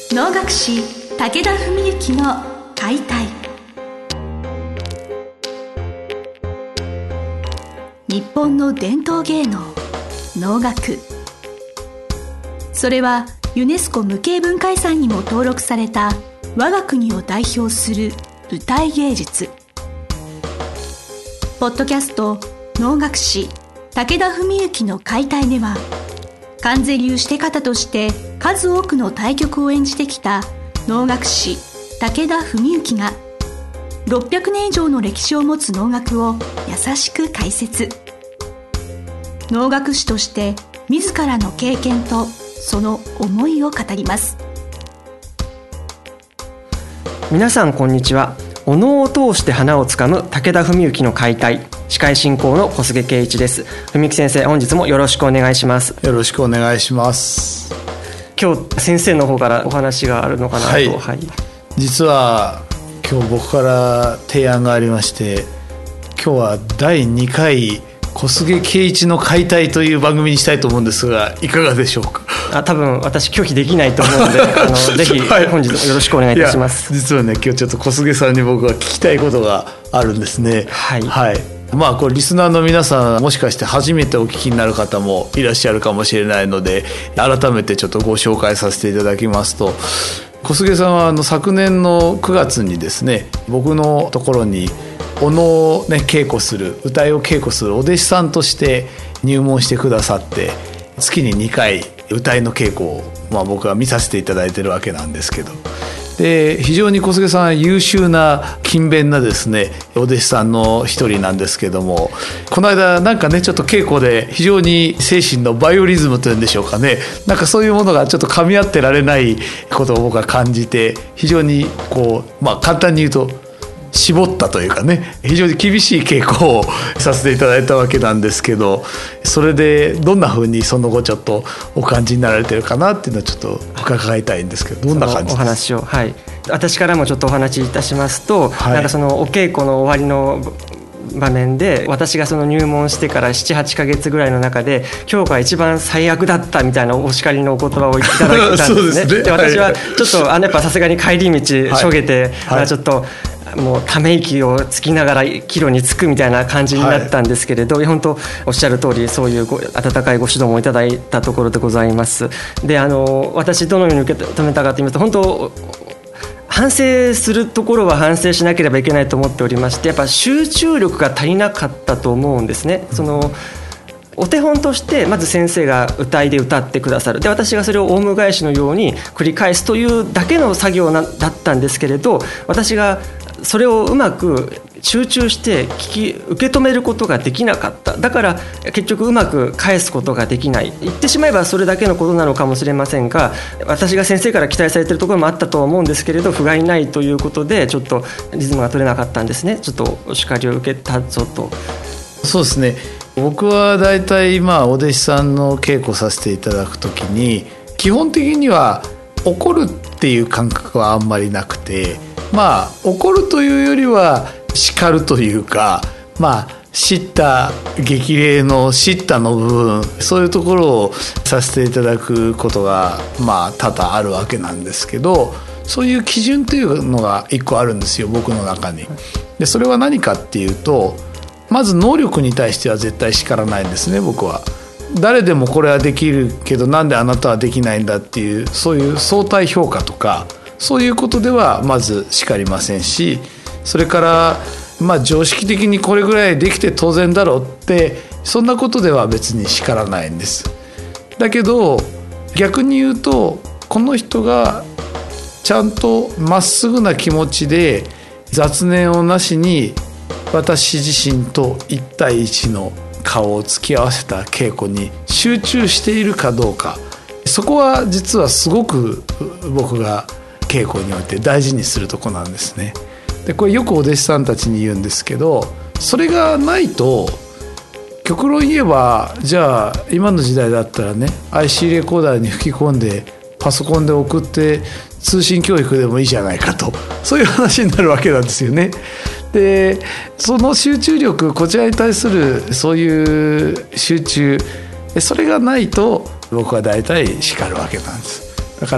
能楽師武田文幸の解体。日本の伝統芸能能楽、それはユネスコ無形文化遺産にも登録された我が国を代表する舞台芸術。ポッドキャスト能楽師武田文幸の解体では、観世流して方として数多くの大曲を演じてきた能楽師武田文幸が600年以上の歴史を持つ能楽を優しく解説。能楽師として自らの経験とその思いを語ります。 皆さんこんにちは。お能を通して花をつかむ武田文幸の解体、司会進行の小菅圭一です。文幸先生、本日もよろしくお願いします。 よろしくお願いします。 今日先生の方からお話があるのかなと、はい、 実は今日僕から提案がありまして、今日は第2回小菅圭一の解体という番組にしたいと思うんですが、いかがでしょうか。 多分私拒否できないと思うのでぜひ本日よろしくお願いいたします。 実はね、今日ちょっと小菅さんに僕は聞きたいことがあるんですね。 はい、 はい。これリスナーの皆さん、もしかして初めてお聞きになる方もいらっしゃるかもしれないので、改めてちょっとご紹介させていただきますと、小菅さんは昨年の9月にですね、僕のところにお能をね、稽古する、歌いを稽古するお弟子さんとして入門してくださって、月に2回歌いの稽古を、僕は見させていただいてるわけなんですけど、で非常に小菅さんは優秀な勤勉なですねお弟子さんの一人なんですけども、この間なんかね、ちょっと稽古で非常に精神のバイオリズムというんでしょうかね、なんかそういうものがちょっと噛み合ってられないことを僕は感じて、非常に簡単に言うと絞ったというかね、非常に厳しい稽古をさせていただいたわけなんですけど、それでどんな風にその後ちょっとお感じになられてるかなっていうのをちょっと伺いたいんですけど、どんな感じですか。 お話を、はい、私からもちょっとお話しいたしますと、 はい、 なんかそのお稽古の終わりの場面で、私がその入門してから 7,8 ヶ月ぐらいの中で今日が一番最悪だったみたいなお叱りのお言葉をいただいたんですね。で私はちょっとやっぱさすがに帰り道しょげて、ちょっともうため息をつきながら帰路に着くみたいな感じになったんですけれど、本当おっしゃる通り、そういう温かいご指導もいただいたところでございます。で私どのように受け止めたかと言いますと、本当反省するところは反省しなければいけないと思っておりまして、やっぱ集中力が足りなかったと思うんですね。お手本としてまず先生が歌いで歌ってくださる、で私がそれをオウム返しのように繰り返すというだけの作業だったんですけれど、私がそれをうまく集中して受け止めることができなかった。だから結局うまく返すことができない。言ってしまえばそれだけのことなのかもしれませんが、私が先生から期待されているところもあったとは思うんですけれど、不甲斐ないということでちょっとリズムが取れなかったんですね。ちょっとお叱りを受けたぞと。 そうですね、僕はだいたいお弟子さんの稽古させていただくときに、基本的には怒るっていう感覚はあんまりなくて、怒るというよりは叱るというか、叱咤激励の叱咤の部分、そういうところをさせていただくことが多々あるわけなんですけど、そういう基準というのが一個あるんですよ、僕の中に。でそれは何かっていうと、まず能力に対しては絶対叱らないんですね。僕は誰でもこれはできるけど、なんであなたはできないんだっていう、そういう相対評価とかそういうことではまず叱りませんし、それから常識的にこれぐらいできて当然だろうって、そんなことでは別に叱らないんです。だけど逆に言うと、この人がちゃんとまっすぐな気持ちで雑念をなしに私自身と1対1の顔を突き合わせた稽古に集中しているかどうか、そこは実はすごく僕が稽古において大事にするとこなんですね。でこれよくお弟子さんたちに言うんですけど、それがないと、極論言えば、じゃあ今の時代だったらね、 IC レコーダーに吹き込んでパソコンで送って通信教育でもいいじゃないかと、そういう話になるわけなんですよね。でその集中力、こちらに対するそういう集中、それがないと僕は大体叱るわけなんです。だから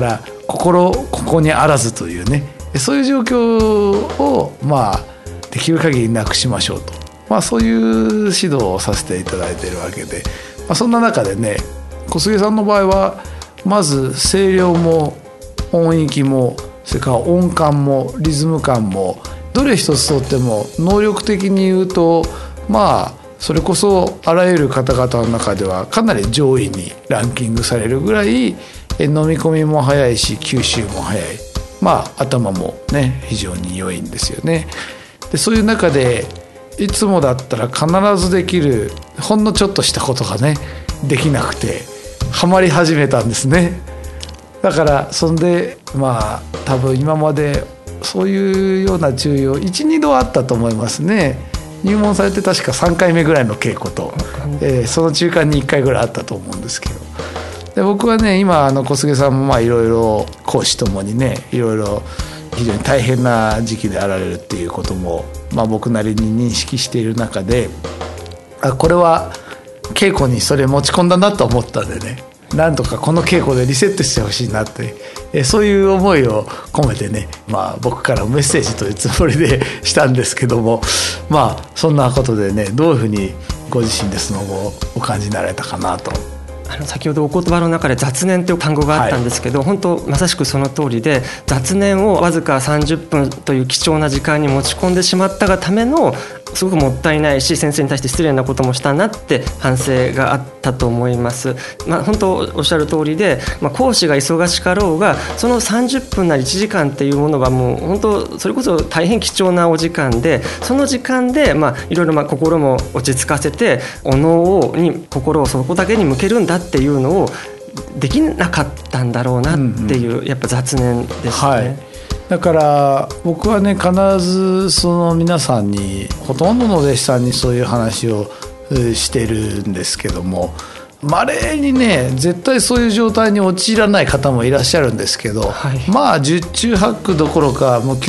心ここにあらずというね、そういう状況をできる限りなくしましょうと、そういう指導をさせていただいているわけで、そんな中でね、小菅さんの場合はまず声量も音域もそれから音感もリズム感もどれ一つとっても能力的に言うとそれこそあらゆる方々の中ではかなり上位にランキングされるぐらい飲み込みも早いし吸収も早い、頭もね非常に良いんですよね。でそういう中でいつもだったら必ずできるほんのちょっとしたことがねできなくてハマり始めたんですね。だからそんで多分今までそういうような注意を 1,2 度あったと思いますね。入門されて確か3回目ぐらいの稽古と、その中間に1回ぐらいあったと思うんですけど、で僕はね今小菅さんもいろいろ講師ともにねいろいろ非常に大変な時期であられるっていうことも、僕なりに認識している中でこれは稽古にそれ持ち込んだなと思ったんでね、なんとかこの稽古でリセットしてほしいなって、そういう思いを込めてね、僕からメッセージというつもりでしたんですけども、そんなことでねどういうふうにご自身でその後お感じになられたかなと。 先ほどお言葉の中で雑念という単語があったんですけど、本当まさしくその通りで、雑念をわずか30分という貴重な時間に持ち込んでしまったがためのすごくもったいないし先生に対して失礼なこともしたなって反省があったと思います。本当おっしゃる通りで、講師が忙しかろうがその30分なり1時間っていうものはもう本当それこそ大変貴重なお時間で、その時間でいろいろ心も落ち着かせてお能に心をそこだけに向けるんだっていうのをできなかったんだろうなっていう、やっぱ雑念ですね。 だから僕はね必ずその皆さんにほとんどのお弟子さんにそういう話をしてるんですけども、稀にね絶対そういう状態に陥らない方もいらっしゃるんですけど、十中八九どころかもう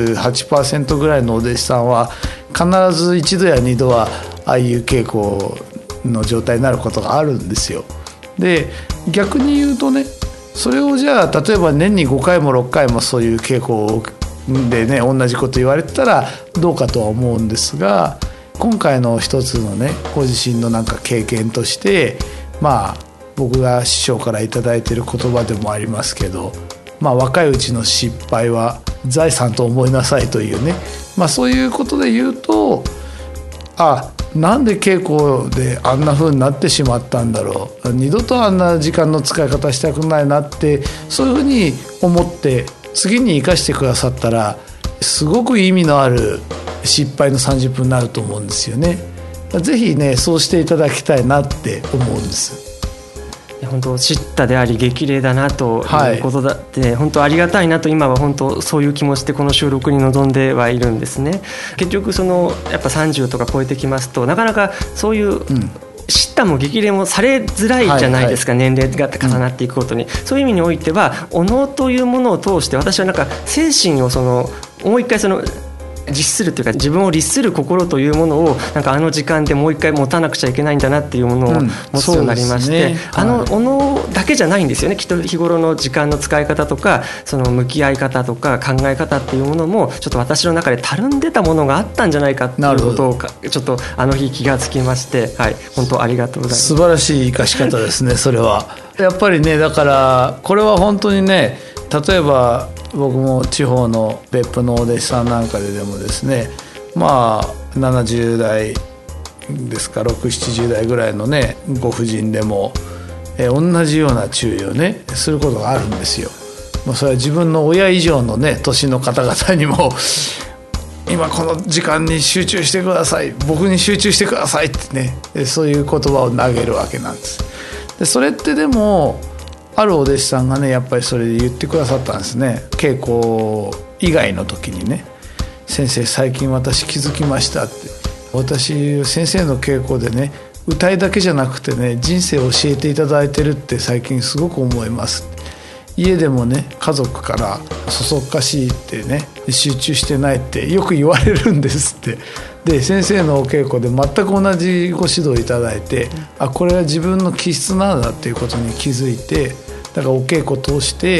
98% ぐらいのお弟子さんは必ず1度や2度はああいう稽古の状態になることがあるんですよ。で逆に言うとね、それをじゃあ例えば年に5回も6回もそういう稽古でね同じこと言われてたらどうかとは思うんですが、今回の一つのねご自身の経験として僕が師匠からいただいている言葉でもありますけど、若いうちの失敗は財産と思いなさいというね、そういうことで言うとなんで稽古であんな風になってしまったんだろう、二度とあんな時間の使い方したくないなって、そういうふうに思って次に生かしてくださったらすごく意味のある失敗の30分になると思うんですよね。ぜひねそうしていただきたいなって思うんです。 本当叱咤であり激励だなということだって、本当ありがたいなと今は本当そういう気持ちでこの収録に臨んではいるんですね。結局やっぱ30とか超えてきますとなかなかそういう叱咤も激励もされづらいじゃないですか、年齢が重なっていくことに、そういう意味においてはお能というものを通して私は精神をもう一回律するというか自分を律する心というものをあの時間でもう一回持たなくちゃいけないんだなっていうものを持つようになりまして、お能だけじゃないんですよね。きっと日頃の時間の使い方とか向き合い方とか考え方っていうものもちょっと私の中でたるんでたものがあったんじゃないかっていうことをちょっとあの日気がつきまして、本当ありがとうございます。 素晴らしい生かし方ですねそれはやっぱりね、だからこれは本当にね、例えば僕も地方の別府のお弟子さんなんかでもですね、70代ですか6、70代ぐらいのねご婦人でも、同じような注意をねすることがあるんですよ。それは自分の親以上のね年の方々にも今この時間に集中してください、僕に集中してくださいってね、そういう言葉を投げるわけなんです。でそれってでもあるお弟子さんがねやっぱりそれで言ってくださったんですね。稽古以外の時にね、先生最近私気づきましたって、私先生の稽古でね歌いだけじゃなくてね人生を教えていただいてるって最近すごく思います。家でもね家族からそそっかしいってね集中してないってよく言われるんですって。で先生のお稽古で全く同じご指導いただいて、これは自分の気質なんだっていうことに気づいて、だからお稽古通して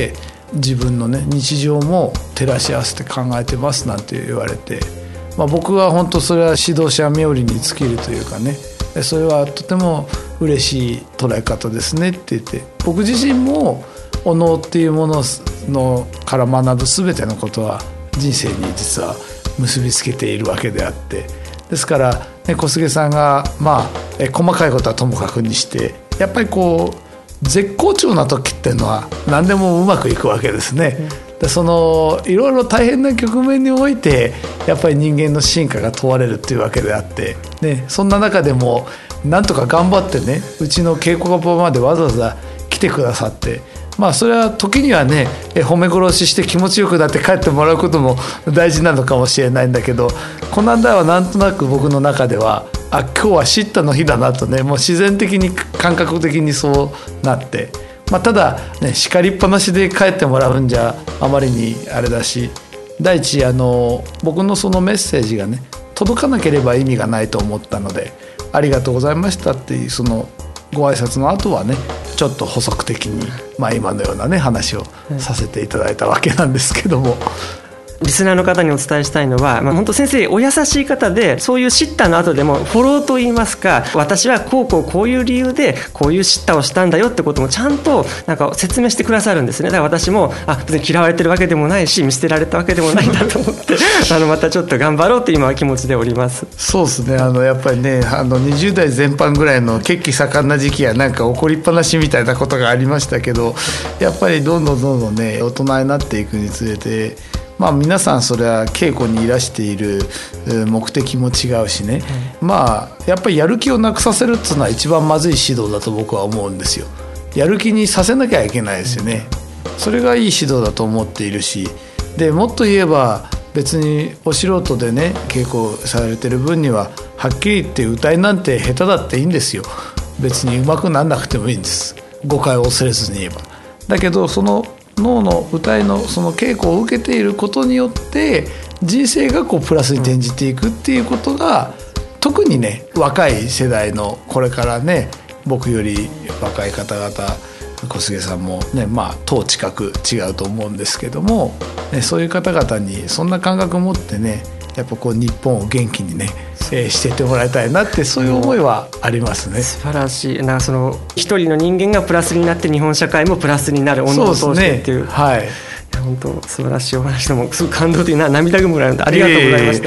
自分のね日常も照らし合わせて考えてますなんて言われて、僕は本当それは指導者冥利に尽きるというかね、それはとても嬉しい捉え方ですねって言って、僕自身もお能っていうもののから学ぶ全てのことは人生に実は結びつけているわけであって、ですから、小菅さんが細かいことはともかくにしてやっぱりこう絶好調な時っていうのは何でもうまくいくわけですね。でいろいろ大変な局面においてやっぱり人間の進化が問われるっていうわけであって、そんな中でもなんとか頑張ってねうちの稽古場までわざわざ来てくださって、それは時にはね褒め殺しして気持ちよくなって帰ってもらうことも大事なのかもしれないんだけど、この間はなんとなく僕の中では今日は叱咤の日だなとね、もう自然的に感覚的にそうなって、ただね叱りっぱなしで帰ってもらうんじゃあまりにあれだし、第一僕のそのメッセージがね届かなければ意味がないと思ったので、ありがとうございましたっていうそのご挨拶の後はねちょっと補足的に、今のようなね話をさせていただいたわけなんですけども、 リスナーの方にお伝えしたいのは、本当先生お優しい方で、そういう叱咤の後でもフォローといいますか、私はこういう理由でこういう叱咤をしたんだよってこともちゃんと説明してくださるんですね。だから私も別に嫌われてるわけでもないし見捨てられたわけでもないんだと思ってまたちょっと頑張ろうって今は気持ちでおります。 そうですね、やっぱりね20代前半ぐらいの血気盛んな時期は怒りっぱなしみたいなことがありましたけど、やっぱりどんどんね大人になっていくにつれて皆さんそれは稽古にいらしている目的も違うしね、やっぱりやる気をなくさせるっていうのは一番まずい指導だと僕は思うんですよ。やる気にさせなきゃいけないですよね。それがいい指導だと思っているし、でもっと言えば別にお素人でね稽古されてる分にははっきり言って歌いなんて下手だっていいんですよ。別に上手くなんなくてもいいんです、誤解を恐れずに言えば。だけどその能の歌いのその稽古を受けていることによって人生がプラスに転じていくっていうことが、特にね若い世代のこれからね僕より若い方々、小菅さんもね等近く違うと思うんですけども、そういう方々にそんな感覚を持ってねやっぱ日本を元気にねしていってもらいたいなって、そういう思いはありますね。 素晴らしい。その一人の人間がプラスになって日本社会もプラスになる、お能を通してっていう、本当素晴らしいお話でもすごく感動的な涙ぐむぐらいのでありがとうございました。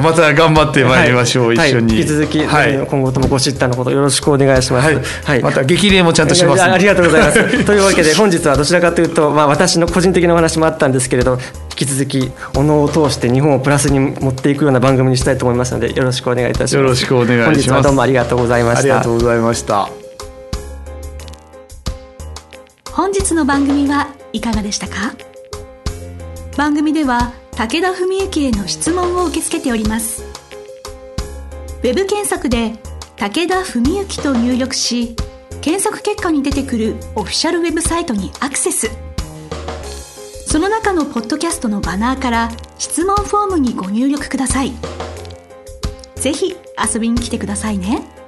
また頑張ってまいりましょう、一緒に、 引き続き、今後ともご叱咤のことよろしくお願いします。 また激励もちゃんとします。 ありがとうございますというわけで本日はどちらかというと、私の個人的なお話もあったんですけれど、引き続きお能を通して日本をプラスに持っていくような番組にしたいと思いますのでよろしくお願いいたします。 よろしくお願いします。 本日はどうもありがとうございました。 ありがとうございました。 本日の番組はいかがでしたか？番組では武田文幸への質問を受け付けております。ウェブ検索で武田文幸と入力し、検索結果に出てくるオフィシャルウェブサイトにアクセス。その中のポッドキャストのバナーから質問フォームにご入力ください。ぜひ遊びに来てくださいね。